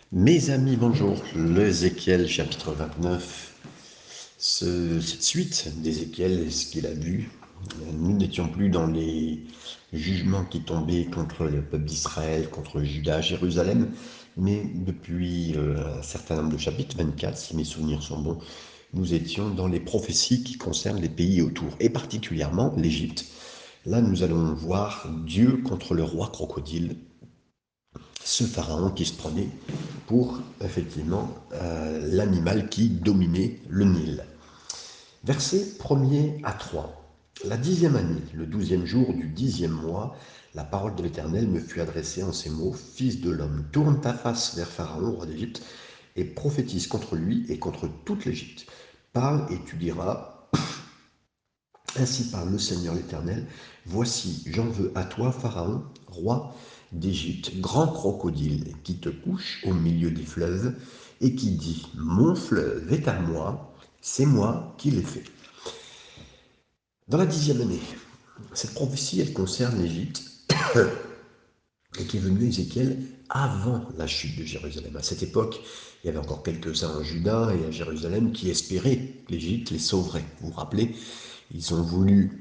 Mes amis, bonjour. L'Ézéchiel chapitre 29, cette suite d'Ézéchiel, ce qu'il a vu, nous n'étions plus dans les jugements qui tombaient contre le peuple d'Israël, contre Juda, Jérusalem, mais depuis un certain nombre de chapitres, 24, si mes souvenirs sont bons, nous étions dans les prophéties qui concernent les pays autour, et particulièrement l'Égypte. Là, nous allons voir Dieu contre le roi crocodile, ce pharaon qui se prenait pour effectivement l'animal qui dominait le Nil. Versets 1er à 3. La 10e année, le 12e jour du 10e mois, la parole de l'Éternel me fut adressée en ces mots: Fils de l'homme, tourne ta face vers Pharaon, roi d'Égypte, et prophétise contre lui et contre toute l'Égypte. Parle et tu diras: Ainsi parle le Seigneur l'Éternel, voici, j'en veux à toi, Pharaon, roi d'Égypte, grand crocodile qui te couche au milieu des fleuves et qui dit: Mon fleuve est à moi, c'est moi qui l'ai fait. Dans la 10e année, cette prophétie, elle concerne l'Égypte et qui est venue à Ézéchiel avant la chute de Jérusalem. À cette époque, il y avait encore quelques-uns en Juda et à Jérusalem qui espéraient que l'Égypte les sauverait. Vous vous rappelez, ils ont voulu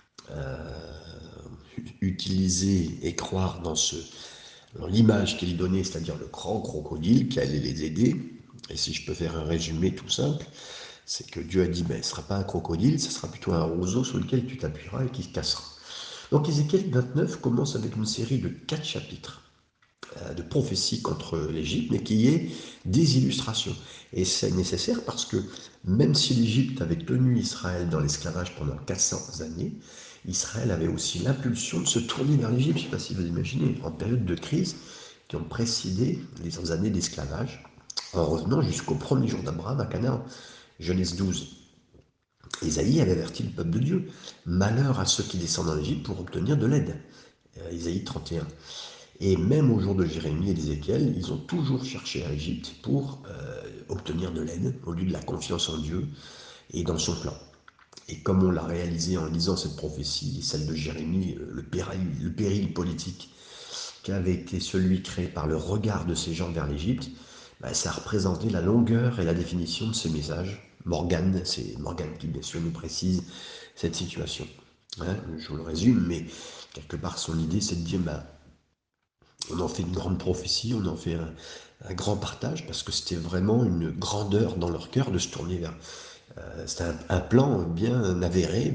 utiliser et croire dans l'image qu'il donnait, c'est-à-dire le grand crocodile qui allait les aider. Et si je peux faire un résumé tout simple, c'est que Dieu a dit, ben, ce ne sera pas un crocodile, ce sera plutôt un roseau sur lequel tu t'appuieras et qui se cassera. Donc Ézéchiel 29 commence avec une série de 4 chapitres de prophéties contre l'Égypte, mais qui est des illustrations. Et c'est nécessaire parce que même si l'Égypte avait tenu Israël dans l'esclavage pendant 400 années, Israël avait aussi l'impulsion de se tourner vers l'Égypte. Je ne sais pas si vous imaginez, en période de crise qui ont précédé les années d'esclavage, en revenant jusqu'au premier jour d'Abraham à Canaan, Genèse 12. Isaïe avait averti le peuple de Dieu: malheur à ceux qui descendent en Égypte pour obtenir de l'aide. Isaïe 31. Et même au jour de Jérémie et d'Ézéchiel, ils ont toujours cherché à l'Égypte pour obtenir de l'aide, au lieu de la confiance en Dieu et dans son plan. Et comme on l'a réalisé en lisant cette prophétie, et celle de Jérémie, le péril politique qui avait été celui créé par le regard de ces gens vers l'Égypte, bah, ça a représenté la longueur et la définition de ce message. Morgane, c'est Morgane qui bien sûr nous précise cette situation. Hein, je vous le résume, mais quelque part son idée c'est de dire, bah, on en fait une grande prophétie, on en fait un grand partage, parce que c'était vraiment une grandeur dans leur cœur de se tourner vers. C'était un plan bien avéré,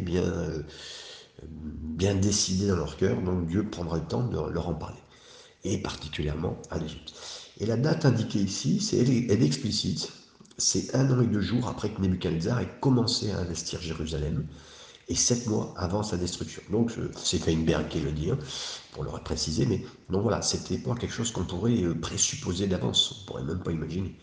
bien décidé dans leur cœur, donc Dieu prendra le temps de leur en parler, et particulièrement à l'Égypte. Et la date indiquée ici, elle est explicite, c'est 1 an et 2 jours après que Nebuchadnezzar ait commencé à investir Jérusalem, et 7 mois avant sa destruction. Donc c'est Feinberg qui le dit, hein, pour le préciser, mais donc voilà, c'était pas quelque chose qu'on pourrait présupposer d'avance, on pourrait même pas imaginer.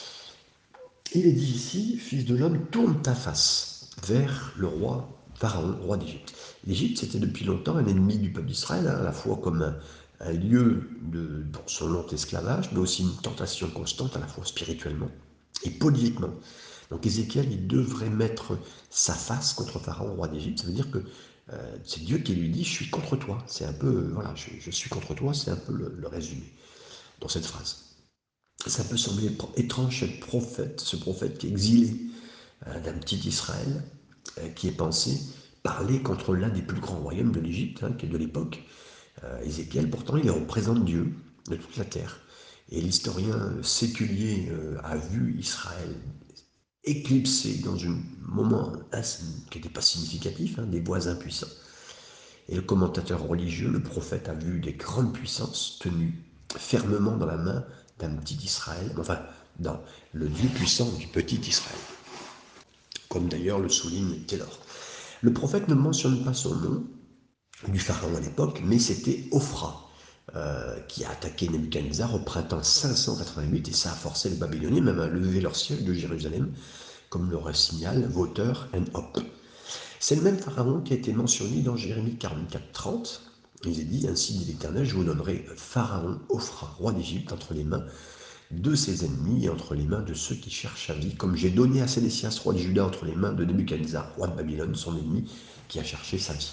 Il est dit ici: Fils de l'homme, tourne ta face vers le roi Pharaon, roi d'Égypte. L'Égypte, c'était depuis longtemps un ennemi du peuple d'Israël, hein, à la fois comme un lieu pour son long esclavage, mais aussi une tentation constante, à la fois spirituellement et politiquement. Donc Ézéchiel, il devrait mettre sa face contre Pharaon, roi d'Égypte. Ça veut dire que c'est Dieu qui lui dit: je suis contre toi. C'est un peu, voilà, je suis contre toi, c'est un peu le résumé dans cette phrase. Ça peut sembler étrange, ce prophète qui est exilé d'un petit Israël, qui est pensé parler contre l'un des plus grands royaumes de l'Égypte, hein, qui est de l'époque. Ézéchiel, pourtant, il représente Dieu de toute la terre. Et l'historien séculier a vu Israël éclipsé dans un moment qui n'était pas significatif, hein, des voisins puissants. Et le commentateur religieux, le prophète, a vu des grandes puissances tenues fermement dans la main d'un petit Israël, enfin, dans le Dieu puissant du petit Israël, comme d'ailleurs le souligne Taylor. Le prophète ne mentionne pas son nom, du pharaon à l'époque, mais c'était Ophra, qui a attaqué Nebuchadnezzar au printemps 588, et ça a forcé les Babyloniens même à lever leur siège de Jérusalem, comme le signale Water and Hope. C'est le même pharaon qui a été mentionné dans Jérémie 44:30. Il est dit: ainsi dit l'Éternel, je vous donnerai Pharaon, Ophra, roi d'Égypte, entre les mains de ses ennemis et entre les mains de ceux qui cherchent sa vie, comme j'ai donné à Sédécias, roi de Juda, entre les mains de Nebuchadnezzar, roi de Babylone, son ennemi, qui a cherché sa vie.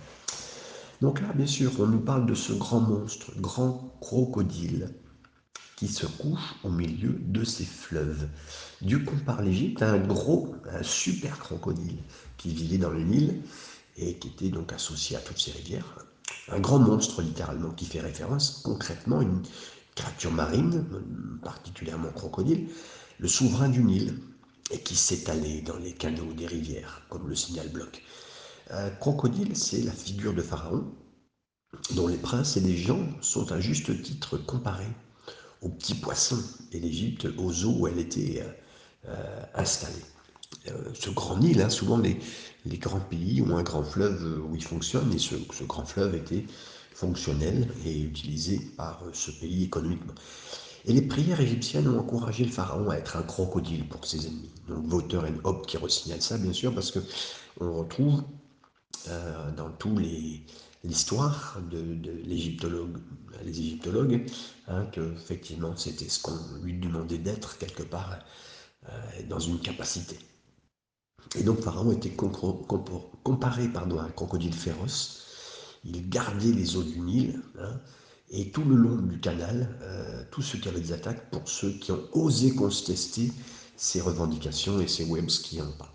Donc là, bien sûr, on nous parle de ce grand monstre, grand crocodile, qui se couche au milieu de ces fleuves. Dieu compare l'Égypte à un super crocodile qui vivait dans le Nil et qui était donc associé à toutes ces rivières. Un grand monstre littéralement qui fait référence concrètement à une créature marine, particulièrement crocodile, le souverain du Nil, et qui s'étalait dans les canaux des rivières, comme le signal bloc. Crocodile, c'est la figure de Pharaon, dont les princes et les gens sont à juste titre comparés aux petits poissons et l'Égypte aux eaux où elle était installée. Ce grand Nil, hein, souvent les grands pays ont un grand fleuve où il fonctionne, et ce grand fleuve était fonctionnel et utilisé par ce pays économiquement. Et les prières égyptiennes ont encouragé le pharaon à être un crocodile pour ses ennemis. Donc Water and Hope qui resignale ça, bien sûr, parce que on retrouve dans tous l'histoire de l'égyptologue, les égyptologues, hein, que effectivement c'était ce qu'on lui demandait d'être quelque part dans une capacité. Et donc Pharaon était comparé à un crocodile féroce. Il gardait les eaux du Nil, hein, et tout le long du canal, tous ceux qui avaient des attaques, pour ceux qui ont osé contester ces revendications et ces webs qui n'ont pas.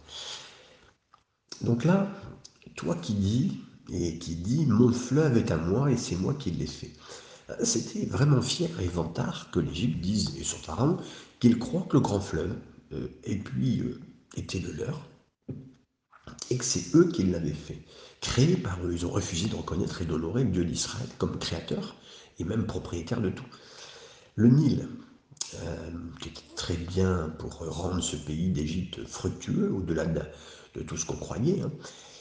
Donc là, toi qui dis mon fleuve est à moi et c'est moi qui l'ai fait. C'était vraiment fier et vantard que l'Égypte dise, et son pharaon, qu'il croit que le grand fleuve, était le leur, et que c'est eux qui l'avaient fait. Créé par eux, ils ont refusé de reconnaître et d'honorer le Dieu d'Israël comme créateur et même propriétaire de tout. Le Nil, qui était très bien pour rendre ce pays d'Égypte fructueux, au-delà de tout ce qu'on croyait, hein,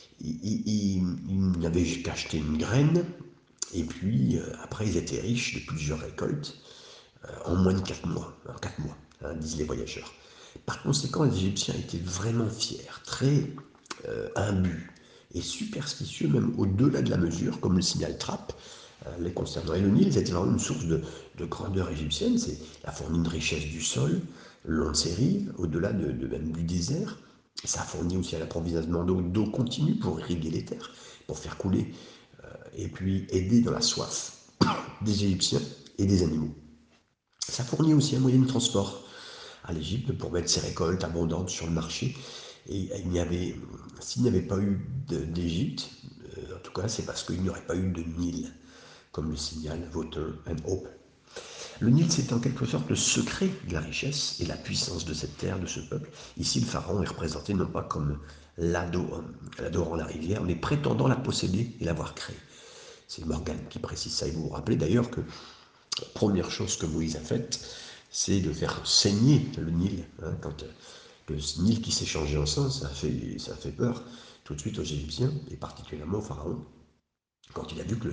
ils n'avaient qu'acheté une graine, et puis après ils étaient riches de plusieurs récoltes en moins de 4 mois, en 4 mois, hein, disent les voyageurs. Par conséquent, les Égyptiens étaient vraiment fiers, très imbus et superstitieux, même au-delà de la mesure, comme le signal Trapp les concernant. Et le Nil, c'était vraiment une source de grandeur égyptienne. C'est a fourni une richesse du sol, le long de ses rives, au-delà même du désert. Ça a fourni aussi à l'approvisionnement d'eau continue pour irriguer les terres, pour faire couler, et puis aider dans la soif des Égyptiens et des animaux. Ça fournit aussi un moyen de transport à l'Égypte pour mettre ses récoltes abondantes sur le marché. Et s'il n'y avait pas eu d'Égypte, en tout cas, c'est parce qu'il n'y aurait pas eu de Nil, comme le signale Water and Hope. Le Nil, c'est en quelque sorte le secret de la richesse et la puissance de cette terre, de ce peuple. Ici, le pharaon est représenté non pas comme l'adorant la rivière, mais prétendant la posséder et l'avoir créée. C'est Morgane qui précise ça. Et vous vous rappelez d'ailleurs que la première chose que Moïse a faite, c'est de faire saigner le Nil. Hein, quand le Nil qui s'est changé en sang, ça a fait peur tout de suite aux Égyptiens, et particulièrement au pharaon, quand il a vu que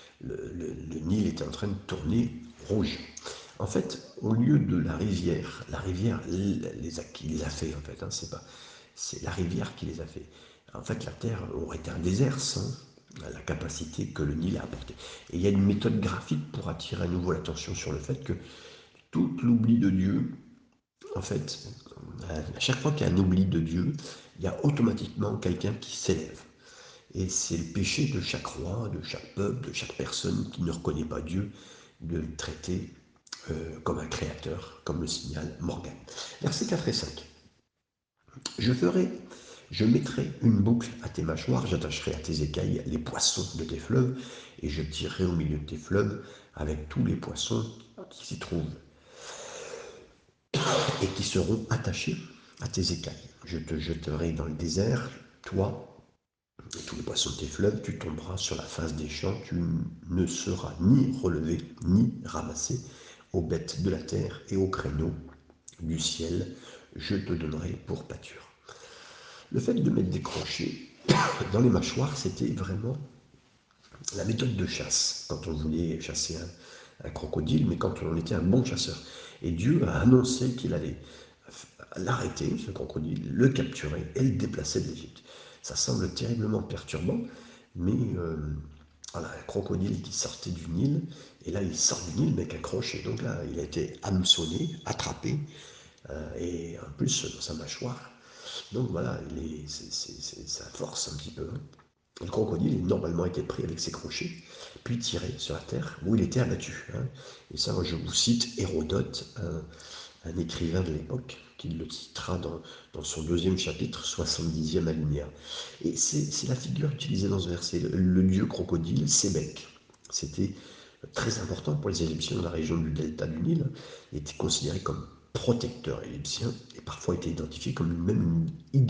le Nil était en train de tourner rouge. En fait, au lieu de la rivière qui les a fait, en fait, hein, c'est la rivière qui les a fait. En fait, la terre aurait été un désert sans la capacité que le Nil a apporté. Et il y a une méthode graphique pour attirer à nouveau l'attention sur le fait que tout l'oubli de Dieu, en fait, à chaque fois qu'il y a un oubli de Dieu, il y a automatiquement quelqu'un qui s'élève. Et c'est le péché de chaque roi, de chaque peuple, de chaque personne qui ne reconnaît pas Dieu, de le traiter comme un créateur, comme le signale Morgan. Versets 4 et 5. Je ferai, je mettrai une boucle à tes mâchoires, j'attacherai à tes écailles les poissons de tes fleuves, et je tirerai au milieu de tes fleuves avec tous les poissons qui s'y trouvent, et qui seront attachés à tes écailles. Je te jeterai dans le désert, toi, et tous les poissons de tes fleuves, tu tomberas sur la face des champs, tu ne seras ni relevé, ni ramassé aux bêtes de la terre et aux créneaux du ciel, je te donnerai pour pâture. Le fait de mettre des crochets dans les mâchoires, c'était vraiment la méthode de chasse, quand on voulait chasser un crocodile, mais quand on était un bon chasseur. Et Dieu a annoncé qu'il allait l'arrêter, ce crocodile, le capturer et le déplacer de l'Égypte. Ça semble terriblement perturbant, mais voilà, un crocodile qui sortait du Nil, et là il sort du Nil avec un crochet. Donc là, il a été hameçonné, attrapé, et en plus dans sa mâchoire. Donc voilà, ça force un petit peu. Hein. Le crocodile, normalement, était pris avec ses crochets, puis tiré sur la terre, où il était abattu. Hein. Et ça, je vous cite Hérodote, un écrivain de l'époque, qui le citera dans son deuxième chapitre, 70e alinéa. Et c'est la figure utilisée dans ce verset. Le dieu crocodile, Sébec. C'était très important pour les Égyptiens dans la région du delta du Nil. Il était considéré comme protecteur égyptien et parfois était identifié comme même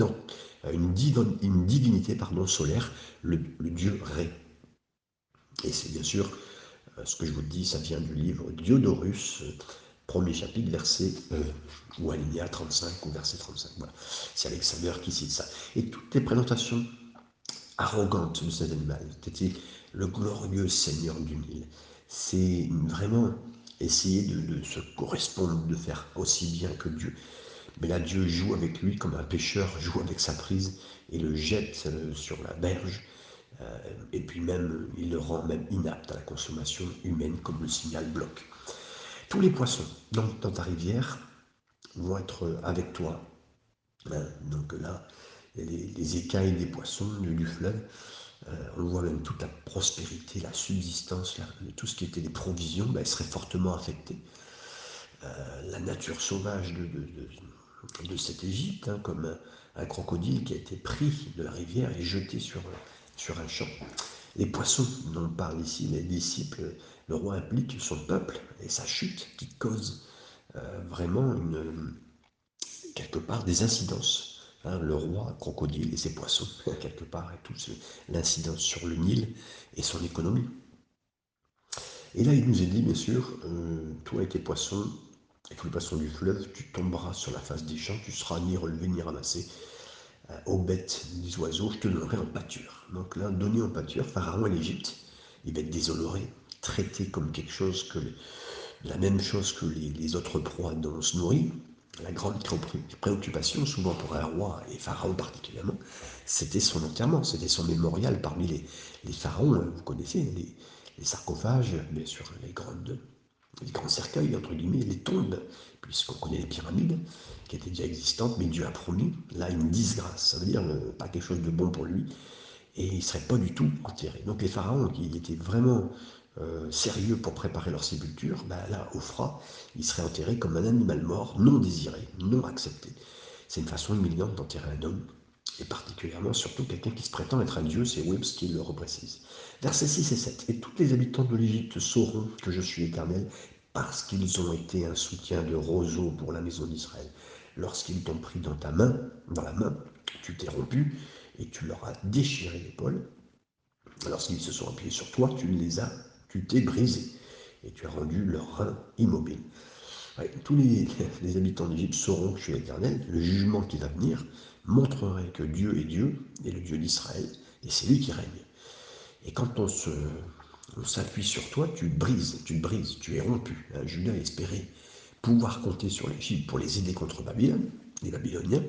une divinité solaire, le dieu Ré. Et c'est bien sûr ce que je vous dis, ça vient du livre Diodorus, premier chapitre, verset ou alinéa 35 ou verset 35. Voilà. C'est Alexander qui cite ça. Et toutes les présentations arrogantes de cet animal, c'était le glorieux seigneur du Nil. C'est vraiment essayer de se correspondre, de faire aussi bien que Dieu. Mais là, Dieu joue avec lui comme un pêcheur joue avec sa prise et le jette sur la berge. Et puis même, il le rend même inapte à la consommation humaine comme le signal bloc. Tous les poissons donc, dans ta rivière vont être avec toi. Hein. Donc là, les écailles des poissons du fleuve, on voit même toute la prospérité, la subsistance, tout ce qui était des provisions, ben, serait fortement affecté. La nature sauvage de cette Égypte, hein, comme un crocodile qui a été pris de la rivière et jeté sur un champ. Les poissons dont parlent ici les disciples, le roi implique son peuple et sa chute qui cause vraiment quelque part des incidences. Hein, le roi crocodile et ses poissons, quelque part, et tout l'incidence sur le Nil et son économie. Et là, il nous est dit, bien sûr, toi et tes poissons, et tous les poissons du fleuve, tu tomberas sur la face des champs, tu seras ni relevé ni ramassé. Aux bêtes des oiseaux, je te donnerai en pâture. Donc là, donné en pâture, Pharaon et l'Égypte, il va être déshonoré, traité comme quelque chose que la même chose que les autres proies dont on se nourrit. La grande préoccupation, souvent pour un roi, et Pharaon particulièrement, c'était son enterrement, c'était son mémorial parmi les pharaons, vous connaissez, les sarcophages, bien sûr, les grands cercueils, entre guillemets, les tombes, puisqu'on connaît les pyramides, qui étaient déjà existantes, mais Dieu a promis, là, une disgrâce, ça veut dire pas quelque chose de bon pour lui, et il ne serait pas du tout enterré. Donc les pharaons, qui étaient vraiment sérieux pour préparer leur sépulture, ben là, Ophra, il serait enterré comme un animal mort, non désiré, non accepté. C'est une façon humiliante d'enterrer un homme, et particulièrement, surtout, quelqu'un qui se prétend être un dieu, c'est Webs qui le reprécise. Versets 6 et 7. Et tous les habitants de l'Égypte sauront que je suis l'Éternel, parce qu'ils ont été un soutien de roseau pour la maison d'Israël. Lorsqu'ils t'ont pris dans la main, tu t'es rompu, et tu leur as déchiré l'épaule. Lorsqu'ils se sont appuyés sur toi, tu t'es brisé, et tu as rendu leurs reins immobiles. Ouais, tous les habitants d'Égypte sauront que je suis l'Éternel. Le jugement qui va venir montrerait que Dieu est Dieu, et le Dieu d'Israël, et c'est lui qui règne. Et quand on s'appuie sur toi, tu te brises, tu es rompu. Hein, Judas espérait pouvoir compter sur l'Égypte pour les aider contre Babylone, les Babyloniens,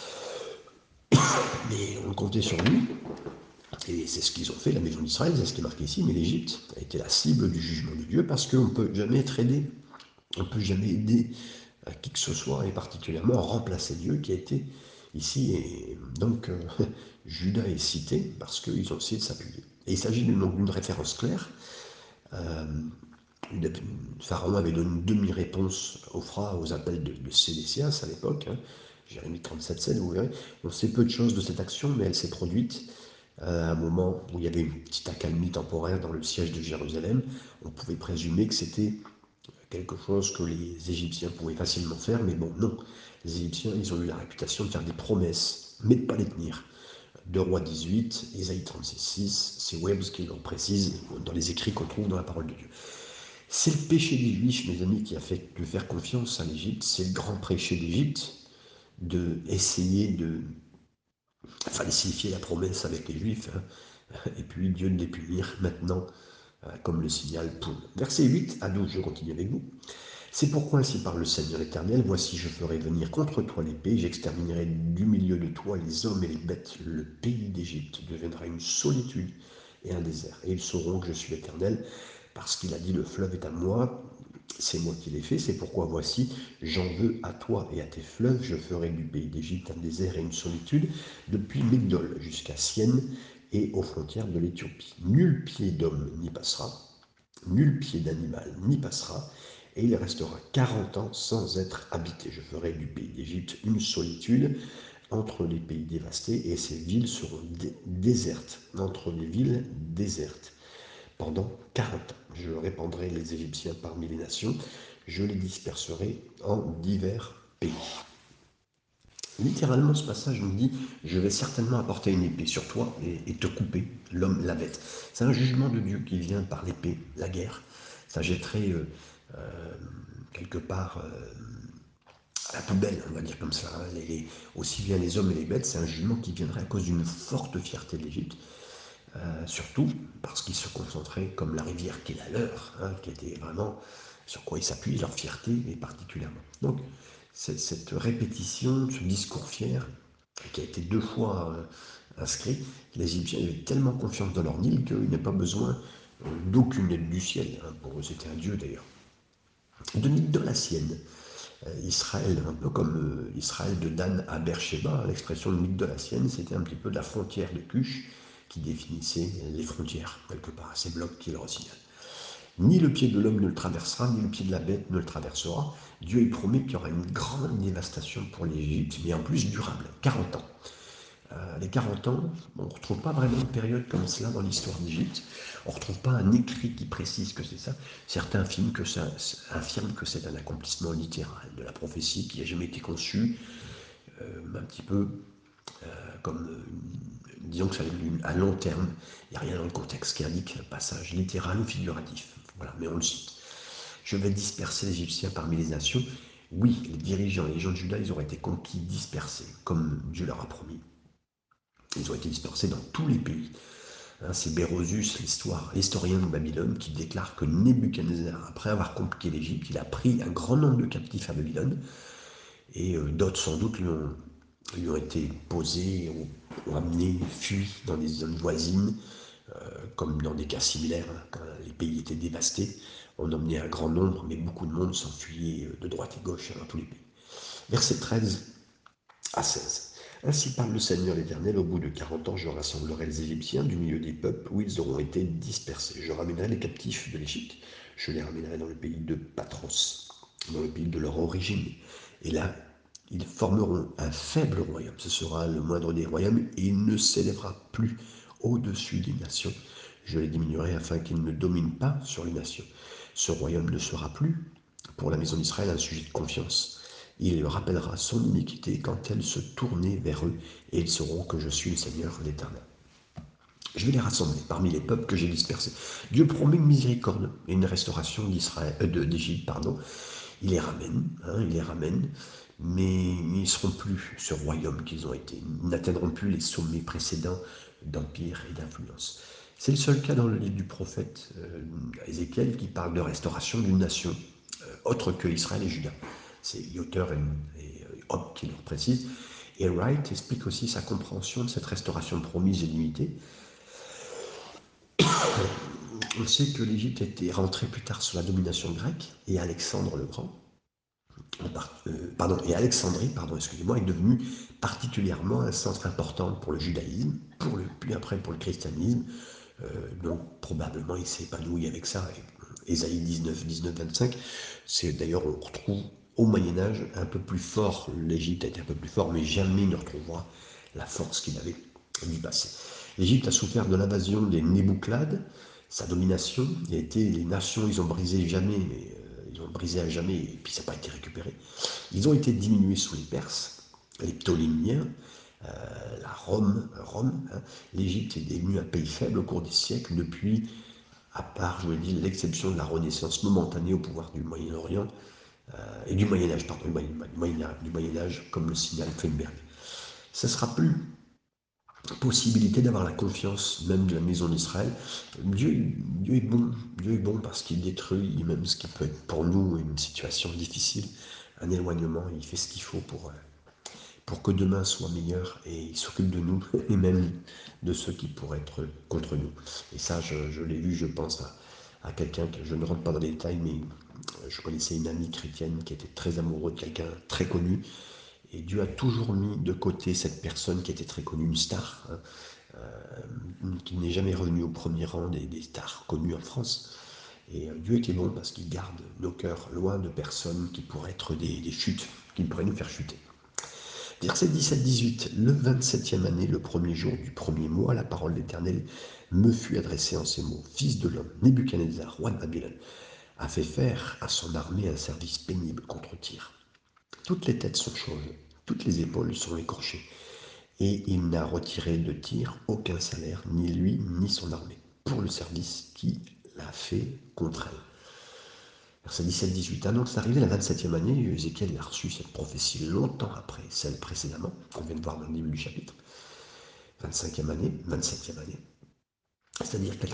mais on comptait sur lui, et c'est ce qu'ils ont fait, la maison d'Israël, c'est ce qui est marqué ici, mais l'Égypte a été la cible du jugement de Dieu parce qu'on ne peut jamais être aidé, on ne peut jamais aider à qui que ce soit, et particulièrement remplacer Dieu qui a été ici. Et donc, Judas est cité parce qu'ils ont essayé de s'appuyer. Et il s'agit d'une référence claire. Euh, Pharaon avait donné une demi-réponse aux appels de Sédécias à l'époque, hein, Jérémie 37,7, vous verrez. On sait peu de choses de cette action, mais elle s'est produite à un moment où il y avait une petite accalmie temporaire dans le siège de Jérusalem. On pouvait présumer que c'était quelque chose que les Égyptiens pouvaient facilement faire, mais bon, non. Les Égyptiens, ils ont eu la réputation de faire des promesses, mais de ne pas les tenir. 2 Rois 18, Ésaïe 36,6, c'est Webbs qui le précise dans les écrits qu'on trouve dans la parole de Dieu. C'est le péché des Juifs, mes amis, qui a fait de faire confiance à l'Égypte. C'est le grand péché d'Égypte de essayer de falsifier la promesse avec les Juifs, hein, et puis Dieu de les punir maintenant, comme le signal pour. Verset 8 à 12, je continue avec vous. C'est pourquoi ainsi parle le Seigneur l'Éternel, voici je ferai venir contre toi l'épée, j'exterminerai du milieu de toi les hommes et les bêtes, le pays d'Égypte deviendra une solitude et un désert. Et ils sauront que je suis l'Éternel, parce qu'il a dit le fleuve est à moi, c'est moi qui l'ai fait, c'est pourquoi voici, j'en veux à toi et à tes fleuves, je ferai du pays d'Égypte un désert et une solitude, depuis Migdol jusqu'à Sienne et aux frontières de l'Éthiopie. Nul pied d'homme n'y passera, nul pied d'animal n'y passera, et il restera 40 ans sans être habité. Je ferai du pays d'Égypte une solitude entre les pays dévastés, et ces villes seront désertes, entre les villes désertes, pendant 40 ans. Je répandrai les Égyptiens parmi les nations, je les disperserai en divers pays. Littéralement, ce passage nous dit: je vais certainement apporter une épée sur toi et te couper, l'homme, la bête. C'est un jugement de Dieu qui vient par l'épée, la guerre. Ça jetterait quelque part à la poubelle, on va dire comme ça. Hein. Aussi bien les hommes et les bêtes, c'est un jugement qui viendrait à cause d'une forte fierté de l'Égypte. Surtout parce qu'ils se concentraient comme la rivière qui est la leur, hein, qui était vraiment sur quoi ils s'appuient, leur fierté et particulièrement. Donc, cette répétition, ce discours fier, qui a été 2 fois inscrit, les Égyptiens avaient tellement confiance dans leur Nil qu'ils n'avaient pas besoin d'aucune aide du ciel. Hein. Pour eux, c'était un dieu d'ailleurs. De mythe de la sienne. Israël, un peu comme Israël de Dan à Beersheba, l'expression mythe de la sienne, c'était un petit peu la frontière de Cush qui définissait les frontières, quelque part, ces blocs qui le ressignalent. Ni le pied de l'homme ne le traversera, ni le pied de la bête ne le traversera. Dieu y promet qu'il y aura une grande dévastation pour l'Égypte, mais en plus durable, 40 ans. Les 40 ans, on ne retrouve pas vraiment une période comme cela dans l'histoire d'Égypte. On ne retrouve pas un écrit qui précise que c'est ça. Certains affirment que c'est un accomplissement littéral de la prophétie qui n'a jamais été conçue, un petit peu comme, disons que ça à long terme. Il n'y a rien dans le contexte qui indique un passage littéral ou figuratif. Voilà, mais on le cite. Je vais disperser les Égyptiens parmi les nations. Oui, les dirigeants et les gens de Juda, ils auraient été conquis, dispersés, comme Dieu leur a promis. Ils ont été dispersés dans tous les pays. Hein, c'est Bérosus, l'historien de Babylone, qui déclare que Nebuchadnezzar, après avoir conquis l'Égypte, il a pris un grand nombre de captifs à Babylone, et d'autres sans doute lui ont été posés, ont amené, fui dans des zones voisines, comme dans des cas similaires, hein, quand les pays étaient dévastés. On emmenait un grand nombre, mais beaucoup de monde s'enfuyait de droite et gauche dans tous les pays. Verset 13 à 16. Ainsi parle le Seigneur l'Éternel: au bout de 40 ans, je rassemblerai les Égyptiens du milieu des peuples où ils auront été dispersés. Je ramènerai les captifs de l'Égypte, je les ramènerai dans le pays de Patros, dans le pays de leur origine. Et là, ils formeront un faible royaume. Ce sera le moindre des royaumes, et il ne s'élèvera plus au-dessus des nations. Je les diminuerai afin qu'ils ne dominent pas sur les nations. Ce royaume ne sera plus, pour la maison d'Israël, un sujet de confiance. Il rappellera son iniquité quand elle se tournait vers eux, et ils sauront que je suis le Seigneur l'Éternel. Je vais les rassembler parmi les peuples que j'ai dispersés. Dieu promet une miséricorde et une restauration d'Égypte, pardon. Il les ramène, hein, il les ramène, mais ils ne seront plus ce royaume qu'ils ont été. Ils n'atteindront plus les sommets précédents d'empire et d'influence. C'est le seul cas dans le livre du prophète Ézéchiel qui parle de restauration d'une nation autre que Israël et Juda. C'est Yotter et Hobbes qui le précise. Et Wright explique aussi sa compréhension de cette restauration promise et limitée. On sait que l'Égypte était rentrée plus tard sous la domination grecque, et Alexandre le Grand, et Alexandrie, excusez-moi, est devenue particulièrement un centre important pour le judaïsme, puis après pour le christianisme. Donc probablement il s'est épanoui avec ça. Ésaïe 19, 25, c'est d'ailleurs, on retrouve au Moyen-Âge un peu plus fort, l'Égypte a été un peu plus fort, mais jamais il ne retrouvera la force qu'il avait du passé. L'Égypte a souffert de l'invasion des Nébouclades, sa domination, les nations, ils ont brisé jamais, mais ils ont brisé à jamais, et puis ça n'a pas été récupéré. Ils ont été diminués sous les Perses, les Ptolémiens, Rome. Hein. L'Égypte est devenue un pays faible au cours des siècles, depuis, à part, je vous l'ai dit, l'exception de la renaissance momentanée au pouvoir du Moyen-Orient et du Moyen-Âge, du Moyen-Âge, comme le signale Feinberg. Ce ne sera plus possibilité d'avoir la confiance même de la maison d'Israël. Dieu est bon parce qu'il détruit même ce qui peut être pour nous une situation difficile, un éloignement. Il fait ce qu'il faut pour que demain soit meilleur, et il s'occupe de nous et même de ceux qui pourraient être contre nous. Et ça, je l'ai vu, je pense à quelqu'un que je ne rentre pas dans les détails, mais je connaissais une amie chrétienne qui était très amoureuse de quelqu'un très connu, et Dieu a toujours mis de côté cette personne qui était très connue, une star, hein, qui n'est jamais revenu au premier rang des stars connues en France. Et Dieu était bon parce qu'il garde nos cœurs loin de personnes qui pourraient être des chutes, qui pourraient nous faire chuter. Verset 17-18. Le 27e année, le premier jour du premier mois, la parole d'Éternel me fut adressée en ces mots. Fils de l'homme, Nebuchadnezzar, roi de Babylone, a fait faire à son armée un service pénible contre Tyr. Toutes les têtes sont chauves, toutes les épaules sont écorchées, et il n'a retiré de Tyr aucun salaire, ni lui, ni son armée, pour le service qu'il a fait contre elle. Verset 17-18. Ah, donc c'est arrivé la 27e année, Ézéchiel a reçu cette prophétie longtemps après celle précédemment, qu'on vient de voir dans le début du chapitre. 25e année, 27e année. C'est-à-dire que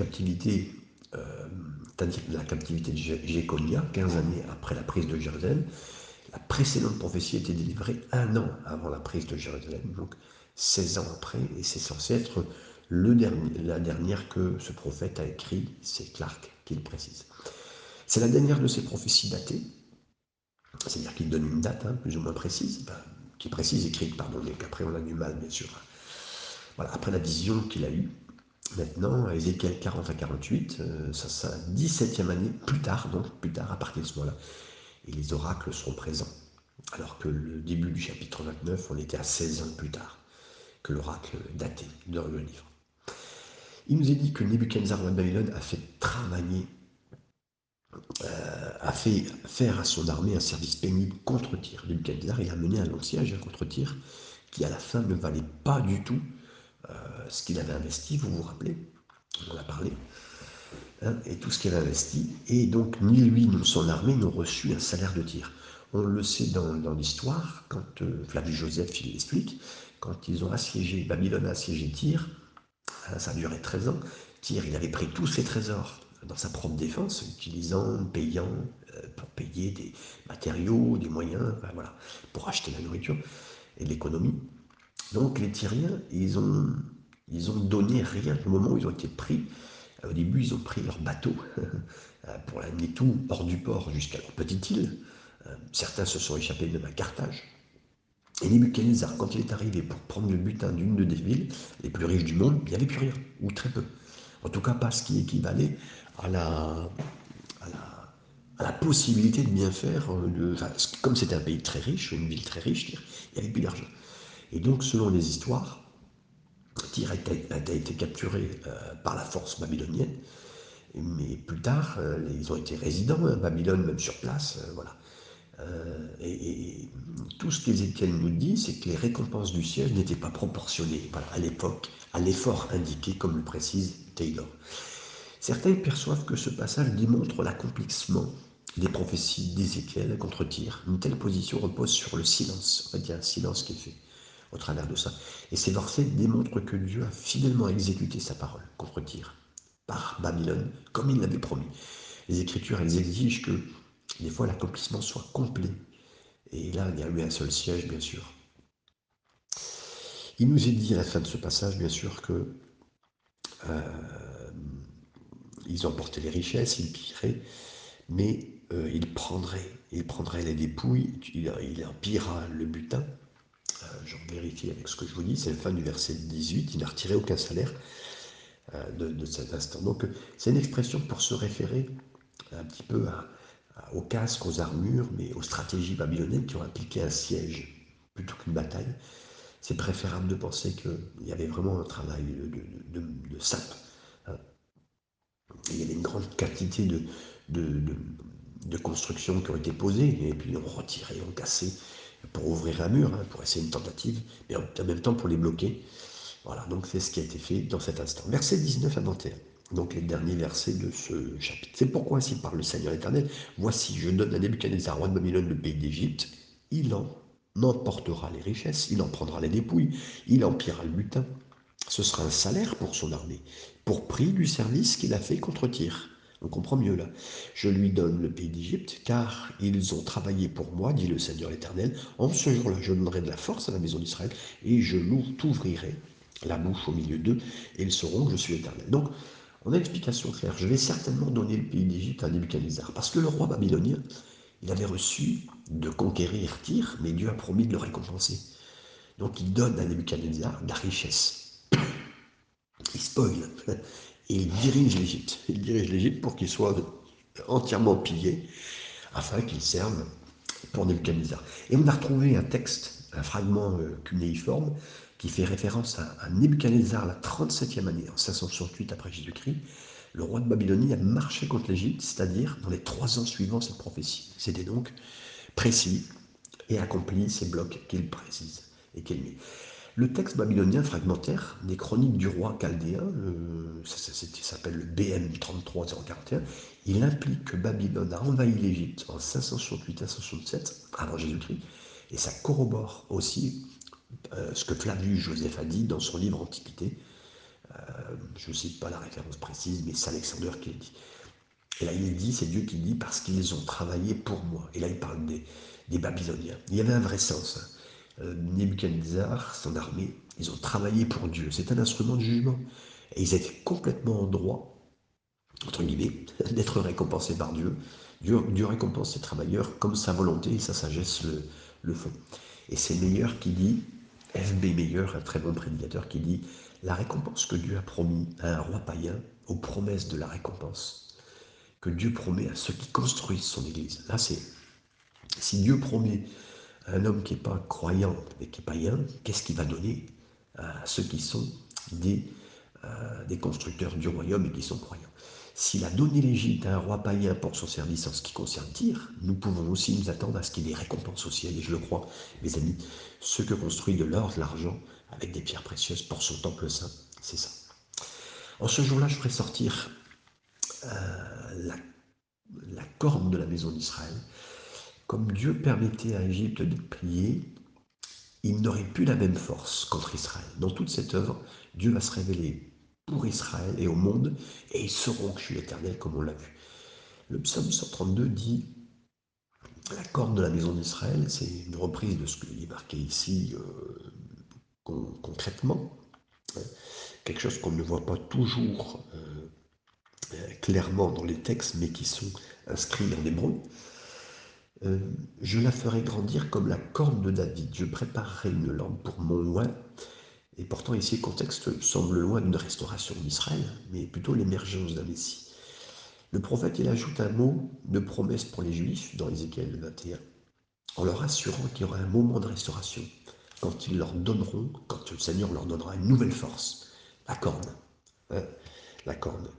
la captivité de Jéconia, 15 années après la prise de Jérusalem, la précédente prophétie était délivrée un an avant la prise de Jérusalem, donc 16 ans après, et c'est censé être la dernière que ce prophète a écrit, c'est Clark qui le précise. C'est la dernière de ces prophéties datées, c'est-à-dire qu'il donne une date plus ou moins précise, qui est précise, écrite, pardon, mais qu'après on a du mal, bien sûr. Voilà, après la vision qu'il a eue, maintenant, Ézéchiel 40 à 48, ça 17e année, plus tard, donc plus tard, à partir de ce moment-là, et les oracles seront présents. Alors que le début du chapitre 29, on était à 16 ans plus tard que l'oracle daté dans le livre. Il nous est dit que Nebuchadnezzar roi de Babylone a fait travailler, a fait faire à son armée un service pénible contre Tyr. Nebuchadnezzar, il a mené un long siège contre Tyr, qui à la fin ne valait pas du tout ce qu'il avait investi, vous vous rappelez, on en a parlé, et tout ce qu'il avait investi, et donc ni lui ni son armée n'ont reçu un salaire de Tyr. On le sait dans l'histoire, quand Flavius Joseph il l'explique, quand ils ont assiégé, Babylone a assiégé Tyr, ça a duré 13 ans, Tyr il avait pris tous ses trésors dans sa propre défense, payant pour payer des matériaux, des moyens, voilà, pour acheter la nourriture et l'économie. Donc les Tyriens, ils ont donné rien au moment où ils ont été pris. Au début, ils ont pris leur bateau pour amener tout hors du port jusqu'à leur petite île. Certains se sont échappés même à Carthage. Et Nebuchadnezzar, quand il est arrivé pour prendre le butin d'une des villes les plus riches du monde, il n'y avait plus rien, ou très peu. En tout cas, pas ce qui équivalait à la possibilité de bien faire. Comme c'était un pays très riche, une ville très riche, il n'y avait plus d'argent. Et donc, selon les histoires, Tyr a été capturé par la force babylonienne, mais plus tard, ils ont été résidents à Babylone, même sur place, voilà. Et tout ce qu'Ézéchiel nous dit, c'est que les récompenses du ciel n'étaient pas proportionnées, voilà, à l'époque, à l'effort indiqué, comme le précise Taylor. Certains perçoivent que ce passage démontre l'accomplissement des prophéties d'Ézéchiel contre Tyr. Une telle position repose sur le silence, on va dire un silence qui est fait au travers de ça. Et ces versets démontrent que Dieu a fidèlement exécuté sa parole contre Tyr par Babylone, comme il l'avait promis. Les Écritures, elles exigent que des fois l'accomplissement soit complet. Et là, il y a eu un seul siège, bien sûr. Il nous est dit à la fin de ce passage, bien sûr, que ils emportaient les richesses, ils pilleraient, mais ils prendraient les dépouilles, il empira le butin. Je vérifie avec ce que je vous dis, c'est la fin du verset 18, il n'a retiré aucun salaire de cet instant. Donc c'est une expression pour se référer un petit peu aux casques, aux armures, mais aux stratégies babyloniennes qui ont impliqué un siège plutôt qu'une bataille. C'est préférable de penser qu'il y avait vraiment un travail de sape. Il y avait une grande quantité de, de, de constructions qui ont été posées, et puis on retirait, on cassait pour ouvrir un mur, pour essayer une tentative, mais en même temps pour les bloquer. Voilà, donc c'est ce qui a été fait dans cet instant. Verset 19 à 21. Donc les derniers versets de ce chapitre. C'est pourquoi ainsi parle le Seigneur éternel. Voici, je donne à Nebuchadnezzar, roi de Babylone, le pays d'Égypte. Il en emportera les richesses, il en prendra les dépouilles, il empirera le butin. Ce sera un salaire pour son armée, pour prix du service qu'il a fait contre Tyr. On comprend mieux là. Je lui donne le pays d'Égypte, car ils ont travaillé pour moi, dit le Seigneur l'Éternel. En ce jour-là, je donnerai de la force à la maison d'Israël, et je t'ouvrirai la bouche au milieu d'eux, et ils sauront que je suis l'Éternel. Donc, on a une explication claire. Je vais certainement donner le pays d'Égypte à Nebuchadnezzar, parce que le roi babylonien, il avait reçu de conquérir Tyr, mais Dieu a promis de le récompenser. Donc il donne à Nebuchadnezzar de la richesse. il spoil, et il dirige l'Égypte. Il dirige l'Égypte pour qu'il soit entièrement pillé, afin qu'il serve pour Nebuchadnezzar. Et on a retrouvé un texte, un fragment cunéiforme, qui fait référence à Nebuchadnezzar, la 37e année, en 568 après Jésus-Christ. Le roi de Babylonie a marché contre l'Égypte, c'est-à-dire dans les 3 ans suivant cette prophétie. C'était donc précis et accompli ces blocs qu'il précise et qu'il met. Le texte babylonien fragmentaire des chroniques du roi chaldéen, ça s'appelle le BM 33041, il implique que Babylone a envahi l'Égypte en 568 à 567 avant Jésus-Christ, et ça corrobore aussi ce que Flavius Joseph a dit dans son livre Antiquité. Je ne cite pas la référence précise, mais c'est Alexander qui l'a dit. Et là, il dit, c'est Dieu qui dit, parce qu'ils ont travaillé pour moi. Et là, il parle des Babyloniens. Il y avait un vrai sens. Nebuchadnezzar, son armée, ils ont travaillé pour Dieu. C'est un instrument de jugement. Et ils étaient complètement en droit, entre guillemets, d'être récompensés par Dieu. Dieu récompense ses travailleurs comme sa volonté et sa sagesse le font. Et c'est Meyer qui dit, F.B. Meyer, un très bon prédicateur, qui dit la récompense que Dieu a promis à un roi païen, aux promesses de la récompense que Dieu promet à ceux qui construisent son Église. Là, c'est si Dieu promet à un homme qui n'est pas croyant mais qui est païen, qu'est-ce qu'il va donner à ceux qui sont des constructeurs du royaume et qui sont croyants? S'il a donné l'Égypte à un roi païen pour son service en ce qui concerne Tyr, nous pouvons aussi nous attendre à ce qu'il y ait des récompenses au ciel. Et je le crois, mes amis, ceux que construit de l'or, de l'argent, avec des pierres précieuses pour son temple saint, c'est ça. En ce jour-là, je ferai sortir la, la corne de la maison d'Israël. Comme Dieu permettait à Égypte de plier, il n'aurait plus la même force contre Israël. Dans toute cette œuvre, Dieu va se révéler pour Israël et au monde, et ils sauront que je suis l'Éternel, comme on l'a vu. Le psaume 132 dit la corne de la maison d'Israël, c'est une reprise de ce qui est marqué ici concrètement, quelque chose qu'on ne voit pas toujours clairement dans les textes, mais qui sont inscrits en hébreu. Je la ferai grandir comme la corne de David, je préparerai une lampe pour mon oint. Et pourtant ici le contexte semble loin d'une restauration d'Israël, mais plutôt l'émergence d'un Messie. Le prophète il ajoute un mot de promesse pour les Juifs dans Ézéchiel 21, en leur assurant qu'il y aura un moment de restauration, quand ils leur donneront, quand le Seigneur leur donnera une nouvelle force, la corne. Hein, la corne.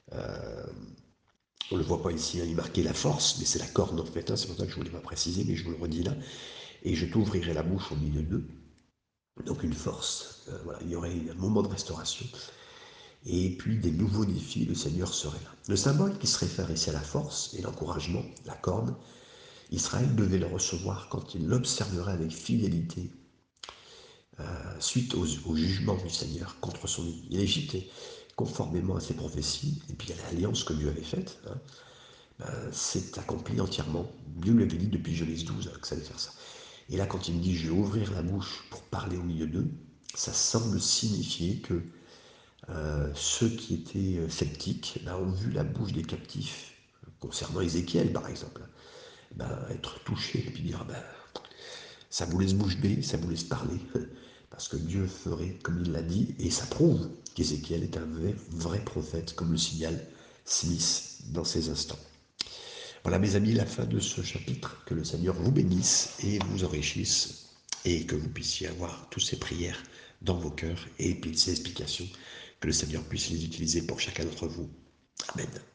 On ne le voit pas ici, hein, il marquait la force, mais c'est la corne en fait, hein, c'est pour ça que je ne voulais pas préciser, mais je vous le redis là. Et je t'ouvrirai la bouche au milieu d'eux, donc une force. Voilà, il y aurait un moment de restauration. Et puis des nouveaux défis, le Seigneur serait là. Le symbole qui se réfère ici à la force et l'encouragement, la corne, Israël devait le recevoir quand il l'observerait avec fidélité suite au jugement du Seigneur contre son L'Égypte, conformément à ses prophéties et puis à l'alliance que Dieu avait faite, hein, c'est accompli entièrement. Dieu l'avait dit depuis Genèse 12 que ça allait faire ça. Et là, quand il me dit je vais ouvrir la bouche pour parler au milieu d'eux, ça semble signifier que ceux qui étaient sceptiques ont vu la bouche des captifs, concernant Ézéchiel par exemple, être touchés et puis dire ça vous laisse bouche bée, ça vous laisse parler, parce que Dieu ferait comme il l'a dit, et ça prouve qu'Ézéchiel est un vrai prophète, comme le signale Smith dans ces instants. Voilà mes amis, la fin de ce chapitre, que le Seigneur vous bénisse et vous enrichisse, et que vous puissiez avoir toutes ces prières dans vos cœurs, et puis ces explications, que le Seigneur puisse les utiliser pour chacun d'entre vous. Amen.